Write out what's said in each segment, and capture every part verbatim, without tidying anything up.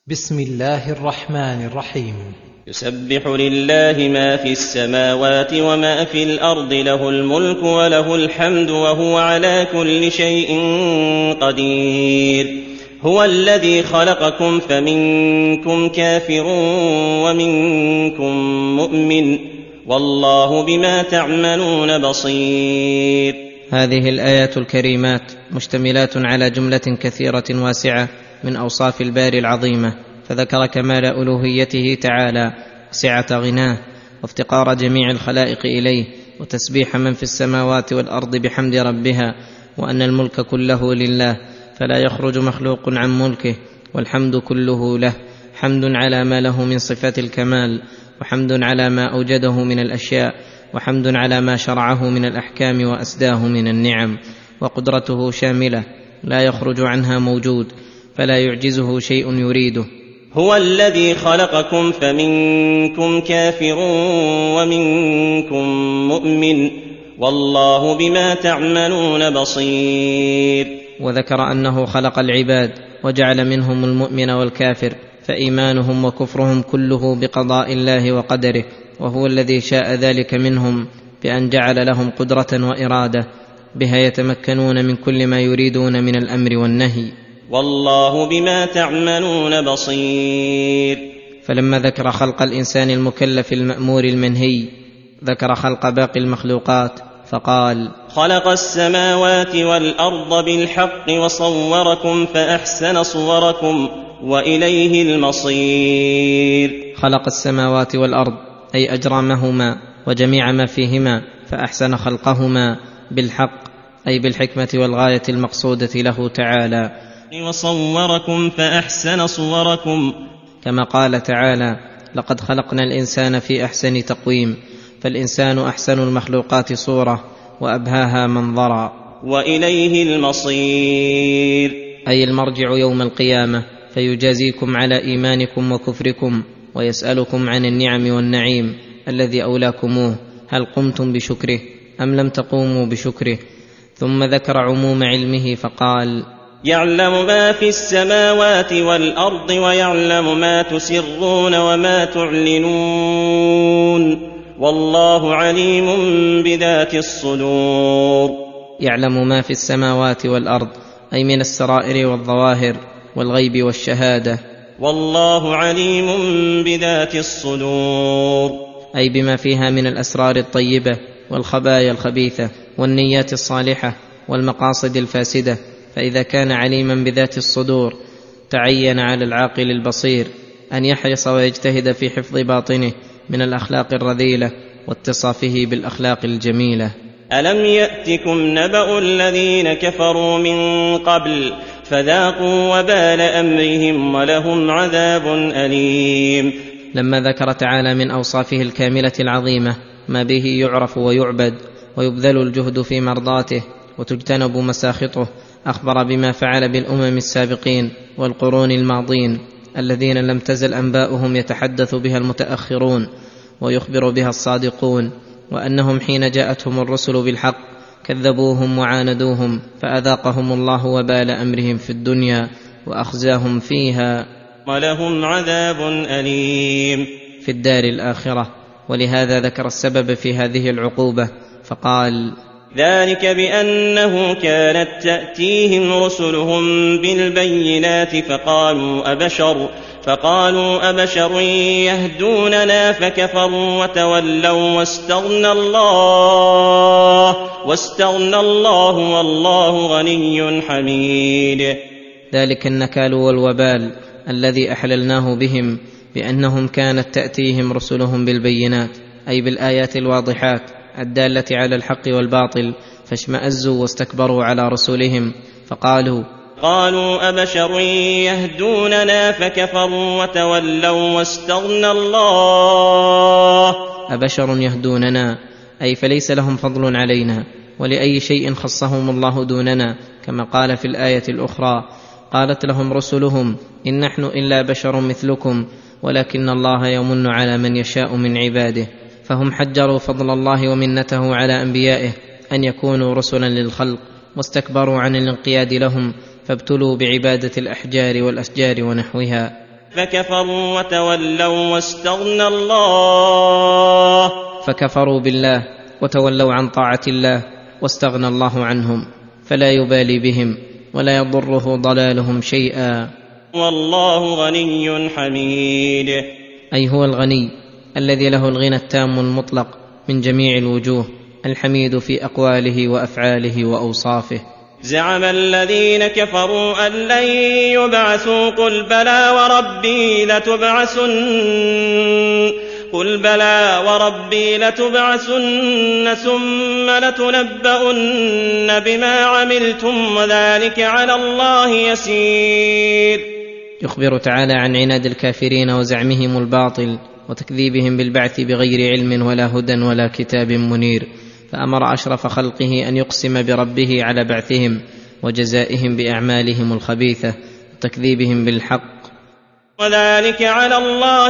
بسم الله الرحمن الرحيم. يسبح لله ما في السماوات وما في الأرض، له الملك وله الحمد وهو على كل شيء قدير. هو الذي خلقكم فمنكم كافر ومنكم مؤمن، والله بما تعملون بصير. هذه الآيات الكريمات مشتملات على جملة كثيرة واسعة من أوصاف الباري العظيمة، فذكر كمال ألوهيته تعالى وسعة غناه وافتقار جميع الخلائق إليه، وتسبيح من في السماوات والأرض بحمد ربها، وأن الملك كله لله فلا يخرج مخلوق عن ملكه، والحمد كله له، حمد على ما له من صفات الكمال، وحمد على ما أوجده من الأشياء، وحمد على ما شرعه من الأحكام وأسداه من النعم، وقدرته شاملة لا يخرج عنها موجود، فلا يعجزه شيء يريده. هو الذي خلقكم فمنكم كافر ومنكم مؤمن، والله بما تعملون بصير. وذكر أنه خلق العباد وجعل منهم المؤمن والكافر، فإيمانهم وكفرهم كله بقضاء الله وقدره، وهو الذي شاء ذلك منهم بأن جعل لهم قدرة وإرادة بها يتمكنون من كل ما يريدون من الأمر والنهي، والله بما تعملون بصير. فلما ذكر خلق الإنسان المكلف المأمور المنهي، ذكر خلق باقي المخلوقات فقال: خلق السماوات والأرض بالحق وصوركم فأحسن صوركم وإليه المصير. خلق السماوات والأرض أي أجرامهما وجميع ما فيهما، فأحسن خلقهما بالحق أي بالحكمة والغاية المقصودة له تعالى. وصوركم فأحسن صوركم، كما قال تعالى: لقد خلقنا الإنسان في أحسن تقويم، فالإنسان أحسن المخلوقات صورة وأبهاها منظرا. وإليه المصير أي المرجع يوم القيامة، فيجازيكم على إيمانكم وكفركم، ويسألكم عن النعم والنعيم الذي أولاكموه، هل قمتم بشكره أم لم تقوموا بشكره. ثم ذكر عموم علمه فقال: يعلم ما في السماوات والأرض ويعلم ما تسرون وما تعلنون، والله عليم بذات الصدور. يعلم ما في السماوات والأرض أي من السرائر والظواهر والغيب والشهادة، والله عليم بذات الصدور أي بما فيها من الأسرار الطيبة والخبايا الخبيثة والنيات الصالحة والمقاصد الفاسدة. فإذا كان عليما بذات الصدور، تعين على العاقل البصير أن يحرص ويجتهد في حفظ باطنه من الأخلاق الرذيلة واتصافه بالأخلاق الجميلة. ألم يأتكم نبأ الذين كفروا من قبل فذاقوا وبال أمرهم ولهم عذاب أليم. لما ذكر تعالى من أوصافه الكاملة العظيمة ما به يعرف ويعبد ويبذل الجهد في مرضاته وتجتنب مساخطه، أخبر بما فعل بالأمم السابقين والقرون الماضين الذين لم تزل أنباؤهم يتحدث بها المتأخرون ويخبر بها الصادقون، وأنهم حين جاءتهم الرسل بالحق كذبوهم وعاندوهم، فأذاقهم الله وبال أمرهم في الدنيا وأخزاهم فيها، ولهم عذاب أليم في الدار الآخرة. ولهذا ذكر السبب في هذه العقوبة فقال: ذلك بأنه كانت تأتيهم رسلهم بالبينات فقالوا أبشر فقالوا أبشر يهدوننا فكفروا وتولوا واستغنى الله واستغنى الله والله غني حميد. ذلك النكال والوبال الذي أحللناه بهم بأنهم كانت تأتيهم رسلهم بالبينات، أي بالآيات الواضحات الدالة على الحق والباطل، فاشمأزوا واستكبروا على رسلهم فقالوا قالوا أبشر يهدوننا فكفروا وتولوا واستغنى الله. أبشر يهدوننا أي فليس لهم فضل علينا، ولأي شيء خصهم الله دوننا، كما قال في الآية الأخرى: قالت لهم رسلهم إن نحن إلا بشر مثلكم ولكن الله يمن على من يشاء من عباده. فهم حجروا فضل الله ومنته على أنبيائه أن يكونوا رسلا للخلق، واستكبروا عن الانقياد لهم، فابتلوا بعبادة الأحجار والأشجار ونحوها. فكفروا وتولوا واستغنى الله فكفروا بالله وتولوا عن طاعة الله واستغنى الله عنهم، فلا يبالي بهم ولا يضره ضلالهم شيئا. والله غني حميد، أي هو الغني الذي له الغنى التام المطلق من جميع الوجوه، الحميد في أقواله وأفعاله وأوصافه. زعم الذين كفروا أن لن يبعثوا قل بلى وربي لتبعثن قل بلى وربي لتبعثن ثم لتنبؤن بما عملتم وذلك على الله يسير. يخبر تعالى عن عناد الكافرين وزعمهم الباطل وتكذيبهم بالبعث بغير علم ولا هدى ولا كتاب منير، فأمر أشرف خلقه أن يقسم بربه على بعثهم وجزائهم بأعمالهم الخبيثة وتكذيبهم بالحق، وذلك على الله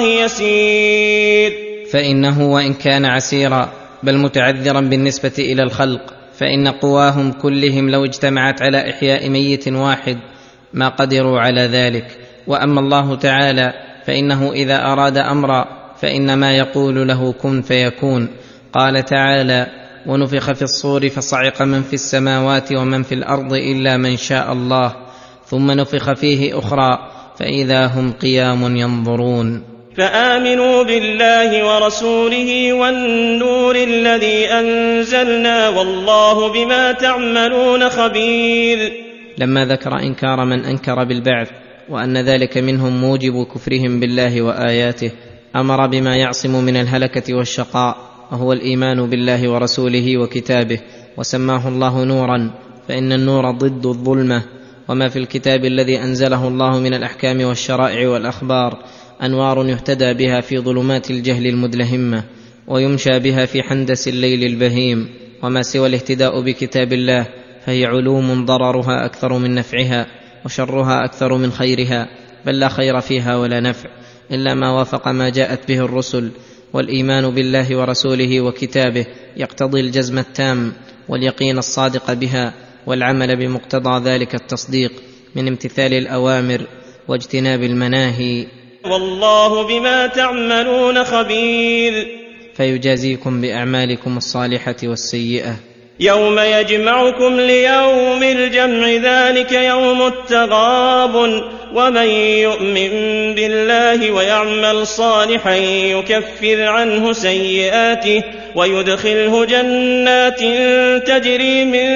يسير. فإنه وإن كان عسيرا بل متعذرا بالنسبة إلى الخلق، فإن قواهم كلهم لو اجتمعت على إحياء ميت واحد ما قدروا على ذلك. وأما الله تعالى فإنه إذا أراد أمرا فإنما يقول له كن فيكون. قال تعالى: ونفخ في الصور فصعق من في السماوات ومن في الأرض إلا من شاء الله ثم نفخ فيه أخرى فإذا هم قيام ينظرون. فآمنوا بالله ورسوله والنور الذي أنزلنا والله بما تعملون خبير. لما ذكر إنكار من أنكر بالبعث وأن ذلك منهم موجب كفرهم بالله وآياته، أمر بما يعصم من الهلكة والشقاء، وهو الإيمان بالله ورسوله وكتابه، وسماه الله نورا، فإن النور ضد الظلمة. وما في الكتاب الذي أنزله الله من الأحكام والشرائع والأخبار أنوار يهتدى بها في ظلمات الجهل المدلهمة ويمشى بها في حندس الليل البهيم. وما سوى الاهتداء بكتاب الله فهي علوم ضررها أكثر من نفعها وشرها أكثر من خيرها، بل لا خير فيها ولا نفع إلا ما وافق ما جاءت به الرسل. والإيمان بالله ورسوله وكتابه يقتضي الجزم التام واليقين الصادق بها والعمل بمقتضى ذلك التصديق من امتثال الأوامر واجتناب المناهي. والله بما تعملون خبير. فيجازيكم بأعمالكم الصالحة والسيئة. يوم يجمعكم ليوم الجمع ذلك يوم التغابن، ومن يؤمن بالله ويعمل صالحا يكفر عنه سيئاته ويدخله جنات تجري من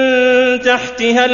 تحتها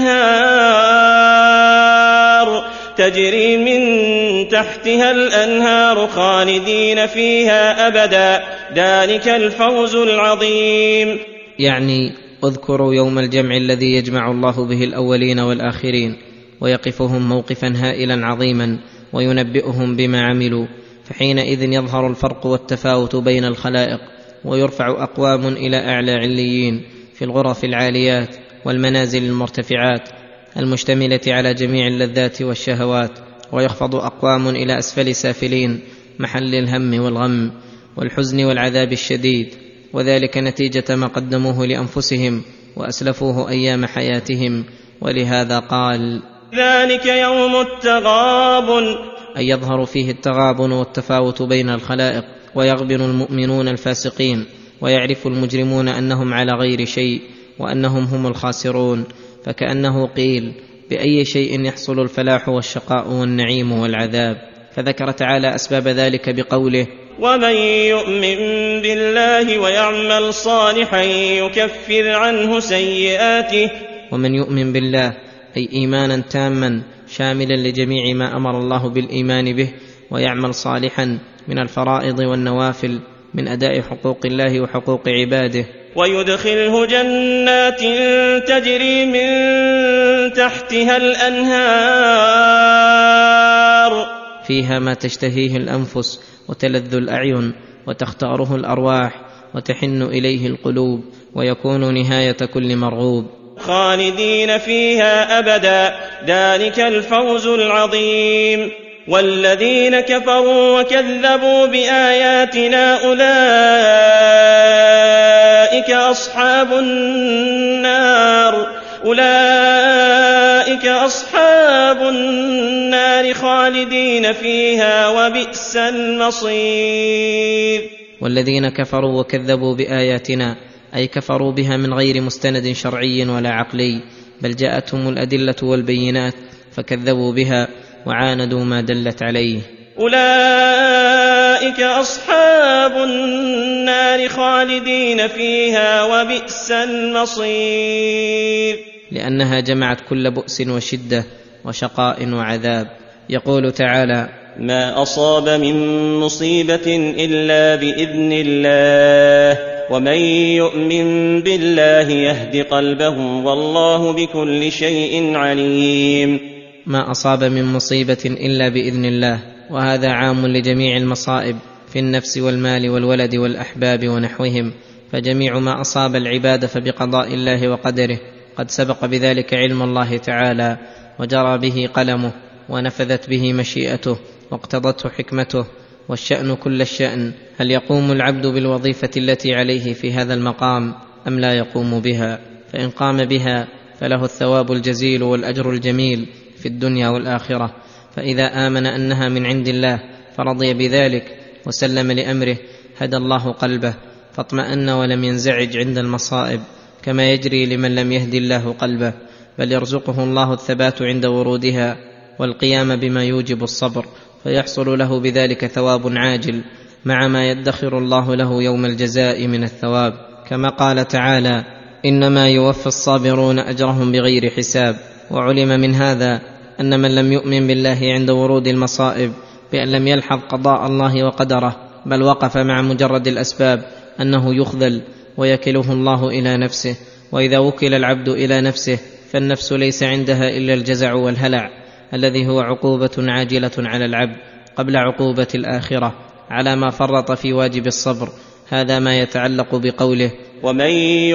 الأنهار تجري من تحتها الأنهار خالدين فيها أبدا، ذلك الفوز العظيم. يعني اذكروا يوم الجمع الذي يجمع الله به الأولين والآخرين ويقفهم موقفا هائلا عظيما وينبئهم بما عملوا، فحينئذ يظهر الفرق والتفاوت بين الخلائق، ويرفع أقوام إلى أعلى عليين في الغرف العاليات والمنازل المرتفعات المشتملة على جميع اللذات والشهوات، ويخفض أقوام إلى أسفل سافلين محل الهم والغم والحزن والعذاب الشديد، وذلك نتيجة ما قدموه لأنفسهم وأسلفوه أيام حياتهم. ولهذا قال: ذلك يوم التغابن، أي يظهر فيه التغابن والتفاوت بين الخلائق، ويغبن المؤمنون الفاسقين، ويعرف المجرمون أنهم على غير شيء وأنهم هم الخاسرون. فكأنه قيل: بأي شيء يحصل الفلاح والشقاء والنعيم والعذاب؟ فذكر تعالى أسباب ذلك بقوله: ومن يؤمن بالله ويعمل صالحا يكفر عنه سيئاته. ومن يؤمن بالله أي إيمانا تاما شاملا لجميع ما أمر الله بالإيمان به، ويعمل صالحا من الفرائض والنوافل من أداء حقوق الله وحقوق عباده، ويدخله جنات تجري من تحتها الأنهار فيها ما تشتهيه الأنفس وتلذ الأعين وتختاره الأرواح وتحن إليه القلوب، ويكون نهاية كل مرغوب، خالدين فيها أبدا، ذلك الفوز العظيم. والذين كفروا وكذبوا بآياتنا أولئك أصحاب النار أولئك أصحاب النار خالدين فيها وبئس المصير. والذين كفروا وكذبوا بآياتنا أي كفروا بها من غير مستند شرعي ولا عقلي، بل جاءتهم الأدلة والبينات فكذبوا بها وعاندوا ما دلت عليه. أولئك أصحاب النار خالدين فيها وبئس المصير، لأنها جمعت كل بؤس وشدة وشقاء وعذاب. يقول تعالى: ما أصاب من مصيبة إلا بإذن الله ومن يؤمن بالله يهد قلبه والله بكل شيء عليم. ما أصاب من مصيبة إلا بإذن الله، وهذا عام لجميع المصائب في النفس والمال والولد والأحباب ونحوهم، فجميع ما أصاب العباد فبقضاء الله وقدره، قد سبق بذلك علم الله تعالى وجرى به قلمه ونفذت به مشيئته واقتضته حكمته، والشأن كل الشأن. هل يقوم العبد بالوظيفة التي عليه في هذا المقام أم لا يقوم بها؟ فإن قام بها فله الثواب الجزيل والأجر الجميل في الدنيا والآخرة، فإذا آمن أنها من عند الله فرضي بذلك وسلم لأمره هدى الله قلبه فاطمأن ولم ينزعج عند المصائب، كما يجري لمن لم يهدي الله قلبه، بل يرزقه الله الثبات عند ورودها والقيام بما يوجب الصبر، فيحصل له بذلك ثواب عاجل مع ما يدخر الله له يوم الجزاء من الثواب، كما قال تعالى: إنما يوفى الصابرون أجرهم بغير حساب. وعلم من هذا أن من لم يؤمن بالله عند ورود المصائب بأن لم يلحظ قضاء الله وقدره، بل وقف مع مجرد الأسباب، أنه يخذل ويكله الله إلى نفسه. وإذا وكل العبد إلى نفسه فالنفس ليس عندها إلا الجزع والهلع، الذي هو عقوبة عاجلة على العبد قبل عقوبة الآخرة على ما فرط في واجب الصبر. هذا ما يتعلق بقوله: ومن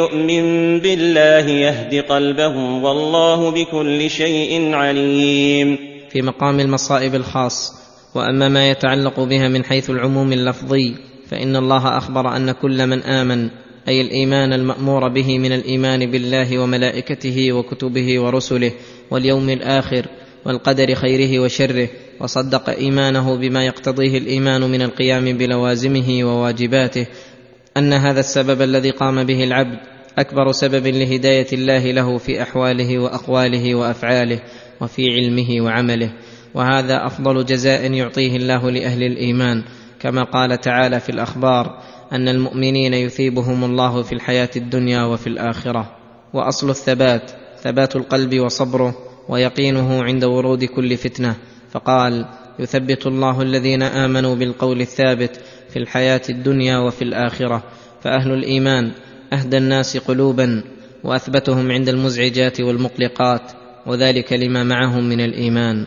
يؤمن بالله يهد قلبه والله بكل شيء عليم، في مقام المصائب الخاص. وأما ما يتعلق بها من حيث العموم اللفظي فإن الله أخبر أن كل من آمن، أي الإيمان المأمور به من الإيمان بالله وملائكته وكتبه ورسله واليوم الآخر والقدر خيره وشره، وصدق إيمانه بما يقتضيه الإيمان من القيام بلوازمه وواجباته، أن هذا السبب الذي قام به العبد أكبر سبب لهداية الله له في أحواله وأقواله وأفعاله وفي علمه وعمله، وهذا أفضل جزاء يعطيه الله لأهل الإيمان، كما قال تعالى في الأخبار أن المؤمنين يثيبهم الله في الحياة الدنيا وفي الآخرة. وأصل الثبات ثبات القلب وصبره ويقينه عند ورود كل فتنة، فقال: يثبت الله الذين آمنوا بالقول الثابت في الحياة الدنيا وفي الآخرة. فأهل الإيمان أهدى الناس قلوبا وأثبتهم عند المزعجات والمقلقات، وذلك لما معهم من الإيمان.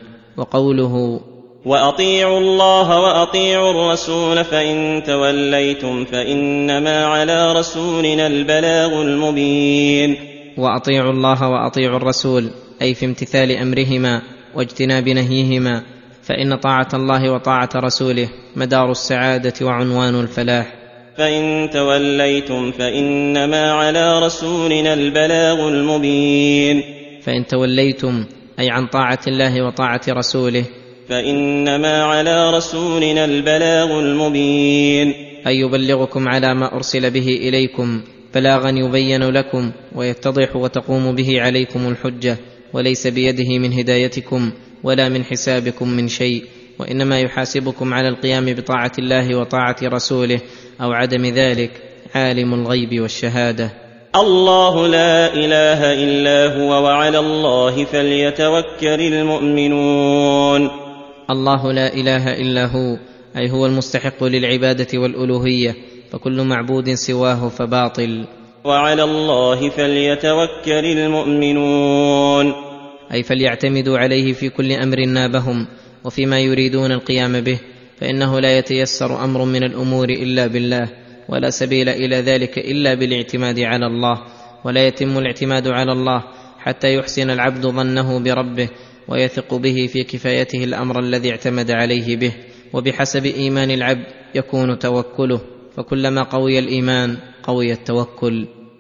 وقوله: وأطيعوا الله وأطيعوا الرسول فإن توليتم فإنما على رسولنا البلاغ المبين. وأطيعوا الله وأطيعوا الرسول أي في امتثال أمرهما واجتناب نهيهما، فإن طاعة الله وطاعة رسوله مدار السعادة وعنوان الفلاح. فإن توليتم فإنما على رسولنا البلاغ المبين. فإن توليتم أي عن طاعة الله وطاعة رسوله، فإنما على رسولنا البلاغ المبين، أي يبلغكم على ما أرسل به إليكم بلاغا يبين لكم ويتضح وتقوم به عليكم الحجة، وليس بيده من هدايتكم ولا من حسابكم من شيء، وإنما يحاسبكم على القيام بطاعة الله وطاعة رسوله أو عدم ذلك، عالم الغيب والشهادة. الله لا إله إلا هو وعلى الله فليتوكل المؤمنون. الله لا إله إلا هو أي هو المستحق للعبادة والألوهية، فكل معبود سواه فباطل. وعلى الله فليتوكل المؤمنون أي فليعتمدوا عليه في كل أمر نابهم وفيما يريدون القيام به، فإنه لا يتيسر أمر من الأمور إلا بالله، ولا سبيل إلى ذلك إلا بالاعتماد على الله، ولا يتم الاعتماد على الله حتى يحسن العبد ظنه بربه ويثق به في كفايته الأمر الذي اعتمد عليه به، وبحسب إيمان العبد يكون توكله، فكلما قوي الإيمان قوي التوكل.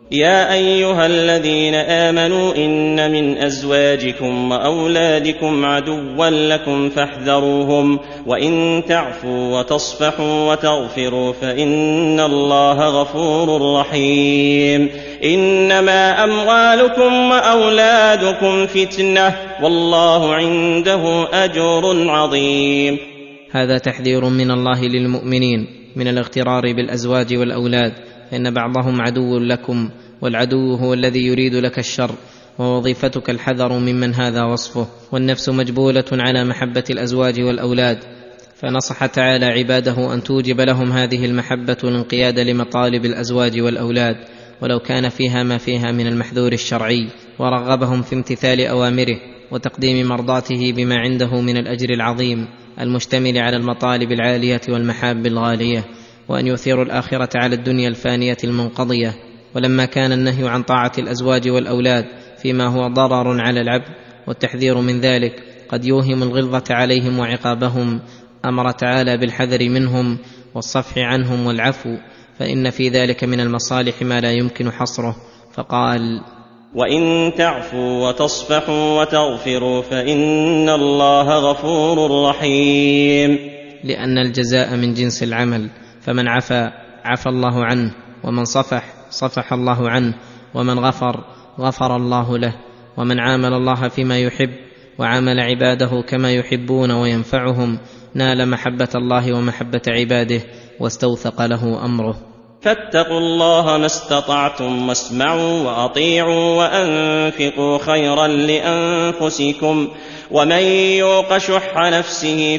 يا أيها الذين آمنوا إن من أزواجكم وأولادكم عدوا لكم فاحذروهم وإن تعفوا وتصفحوا وتغفروا فإن الله غفور رحيم. إنما أموالكم وأولادكم فتنة والله عنده أجر عظيم. هذا تحذير من الله للمؤمنين من الاغترار بالأزواج والأولاد، فإن بعضهم عدو لكم، والعدو هو الذي يريد لك الشر، ووظيفتك الحذر ممن هذا وصفه. والنفس مجبولة على محبة الأزواج والأولاد، فنصح تعالى عباده أن توجب لهم هذه المحبة والانقياد لمطالب الأزواج والأولاد ولو كان فيها ما فيها من المحذور الشرعي، ورغبهم في امتثال أوامره وتقديم مرضاته بما عنده من الأجر العظيم المشتمل على المطالب العالية والمحاب الغالية، وأن يؤثروا الآخرة على الدنيا الفانية المنقضية. ولما كان النهي عن طاعة الأزواج والأولاد فيما هو ضرر على العبد والتحذير من ذلك قد يوهم الغلظة عليهم وعقابهم، أمر تعالى بالحذر منهم والصفح عنهم والعفو، فإن في ذلك من المصالح ما لا يمكن حصره، فقال: وإن تعفوا وتصفحوا وتغفروا فإن الله غفور رحيم. لأن الجزاء من جنس العمل، فمن عفا عفى الله عنه، ومن صفح صفح الله عنه، ومن غفر غفر الله له، ومن عامل الله فيما يحب وعامل عباده كما يحبون وينفعهم نال محبة الله ومحبة عباده واستوثق له أمره. فاتقوا الله ما استطعتم واسمعوا وأطيعوا وأنفقوا خيرا لأنفسكم ومن يوق شح نفسه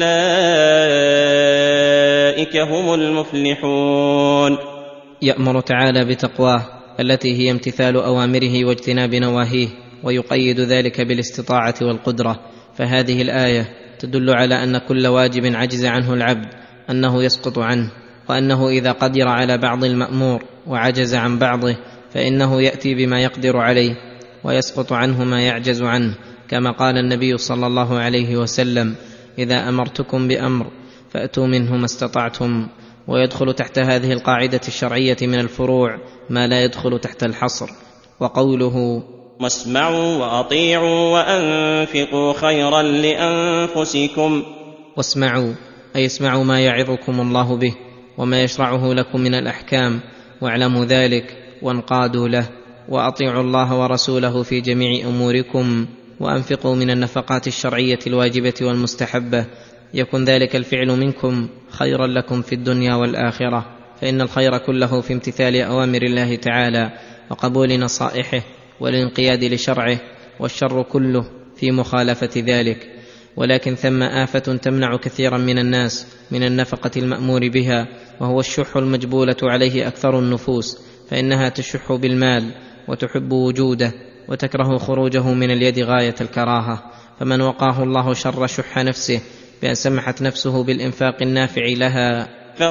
فأولئك هم المفلحون. يأمر تعالى بتقواه التي هي امتثال أوامره واجتناب نواهيه، ويقيد ذلك بالاستطاعة والقدرة. فهذه الآية تدل على أن كل واجب عجز عنه العبد أنه يسقط عنه، وأنه إذا قدر على بعض المأمور وعجز عن بعضه فإنه يأتي بما يقدر عليه ويسقط عنه ما يعجز عنه، كما قال النبي صلى الله عليه وسلم: إذا أمرتكم بأمر فأتوا منه ما استطعتم. ويدخل تحت هذه القاعدة الشرعية من الفروع ما لا يدخل تحت الحصر. وقوله: واسمعوا وأطيعوا وأنفقوا خيرا لأنفسكم. واسمعوا أي اسمعوا ما يعظكم الله به وما يشرعه لكم من الأحكام، واعلموا ذلك وانقادوا له. وأطيعوا الله ورسوله في جميع أموركم، وأنفقوا من النفقات الشرعية الواجبة والمستحبة، يكن ذلك الفعل منكم خيرا لكم في الدنيا والآخرة، فإن الخير كله في امتثال أوامر الله تعالى وقبول نصائحه والانقياد لشرعه، والشر كله في مخالفة ذلك. ولكن ثم آفة تمنع كثيرا من الناس من النفقة المأمور بها، وهو الشح المجبولة عليه أكثر النفوس، فإنها تشح بالمال وتحب وجوده وتكره خروجه من اليد غاية الكراهة. فمن وقاه الله شر شح نفسه بأن سمحت نفسه بالإنفاق النافع لها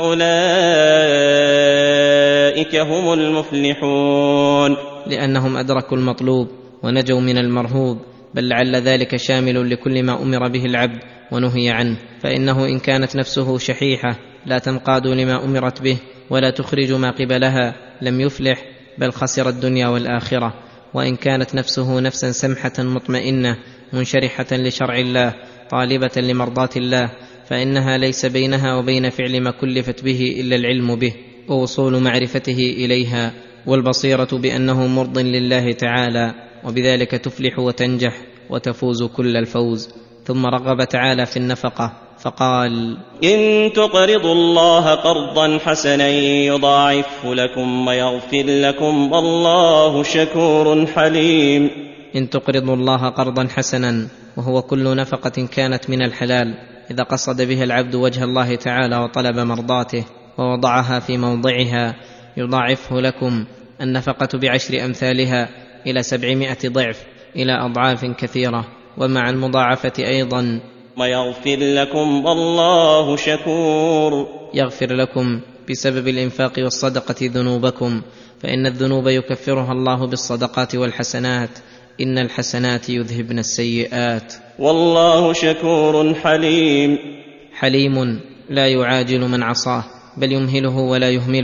فأولئك هم المفلحون، لأنهم أدركوا المطلوب ونجوا من المرهوب. بل لعل ذلك شامل لكل ما أمر به العبد ونهي عنه، فإنه إن كانت نفسه شحيحة لا تنقاد لما أمرت به ولا تخرج ما قبلها لم يفلح، بل خسر الدنيا والآخرة. وإن كانت نفسه نفسا سمحة مطمئنة منشرحة لشرع الله طالبة لمرضاة الله، فإنها ليس بينها وبين فعل ما كلفت به إلا العلم به ووصول معرفته إليها والبصيرة بأنه مرض لله تعالى، وبذلك تفلح وتنجح وتفوز كل الفوز. ثم رغب تعالى في النفقة فقال: إن تقرضوا الله قرضا حسنا يضاعفه لكم ويغفر لكم والله شكور حليم. إن تقرضوا الله قرضا حسنا، وهو كل نفقة كانت من الحلال إذا قصد بها العبد وجه الله تعالى وطلب مرضاته ووضعها في موضعها، يضاعفه لكم، النفقة بعشر أمثالها إلى سبعمائة ضعف إلى أضعاف كثيرة. ومع المضاعفة أيضا ويغفر لكم والله شكور، يغفر لكم بسبب الإنفاق والصدقة ذنوبكم، فإن الذنوب يكفرها الله بالصدقات والحسنات، إن الحسنات يذهبن السيئات، والله شكور حليم. حليم لا يعاجل من عصاه بل يمهله ولا يهمله،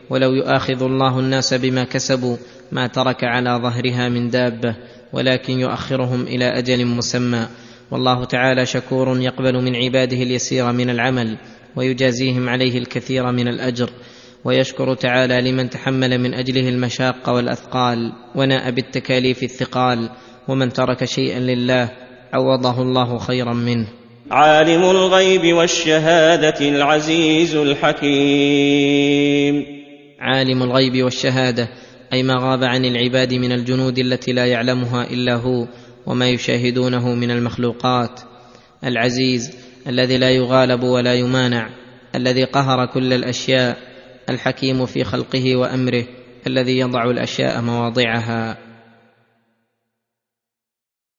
ولو يؤاخذ الله الناس بما كسبوا ما ترك على ظهرها من دابه، ولكن يؤخرهم الى اجل مسمى. والله تعالى شكور يقبل من عباده اليسير من العمل ويجازيهم عليه الكثير من الاجر، ويشكر تعالى لمن تحمل من اجله المشاق والاثقال وناء بالتكاليف الثقال، ومن ترك شيئا لله عوضه الله خيرا منه. عالم الغيب والشهادة العزيز الحكيم. عالم الغيب والشهادة أي ما غاب عن العباد من الجنود التي لا يعلمها إلا هو وما يشاهدونه من المخلوقات. العزيز الذي لا يغالب ولا يمانع، الذي قهر كل الأشياء. الحكيم في خلقه وأمره، الذي يضع الأشياء مواضعها.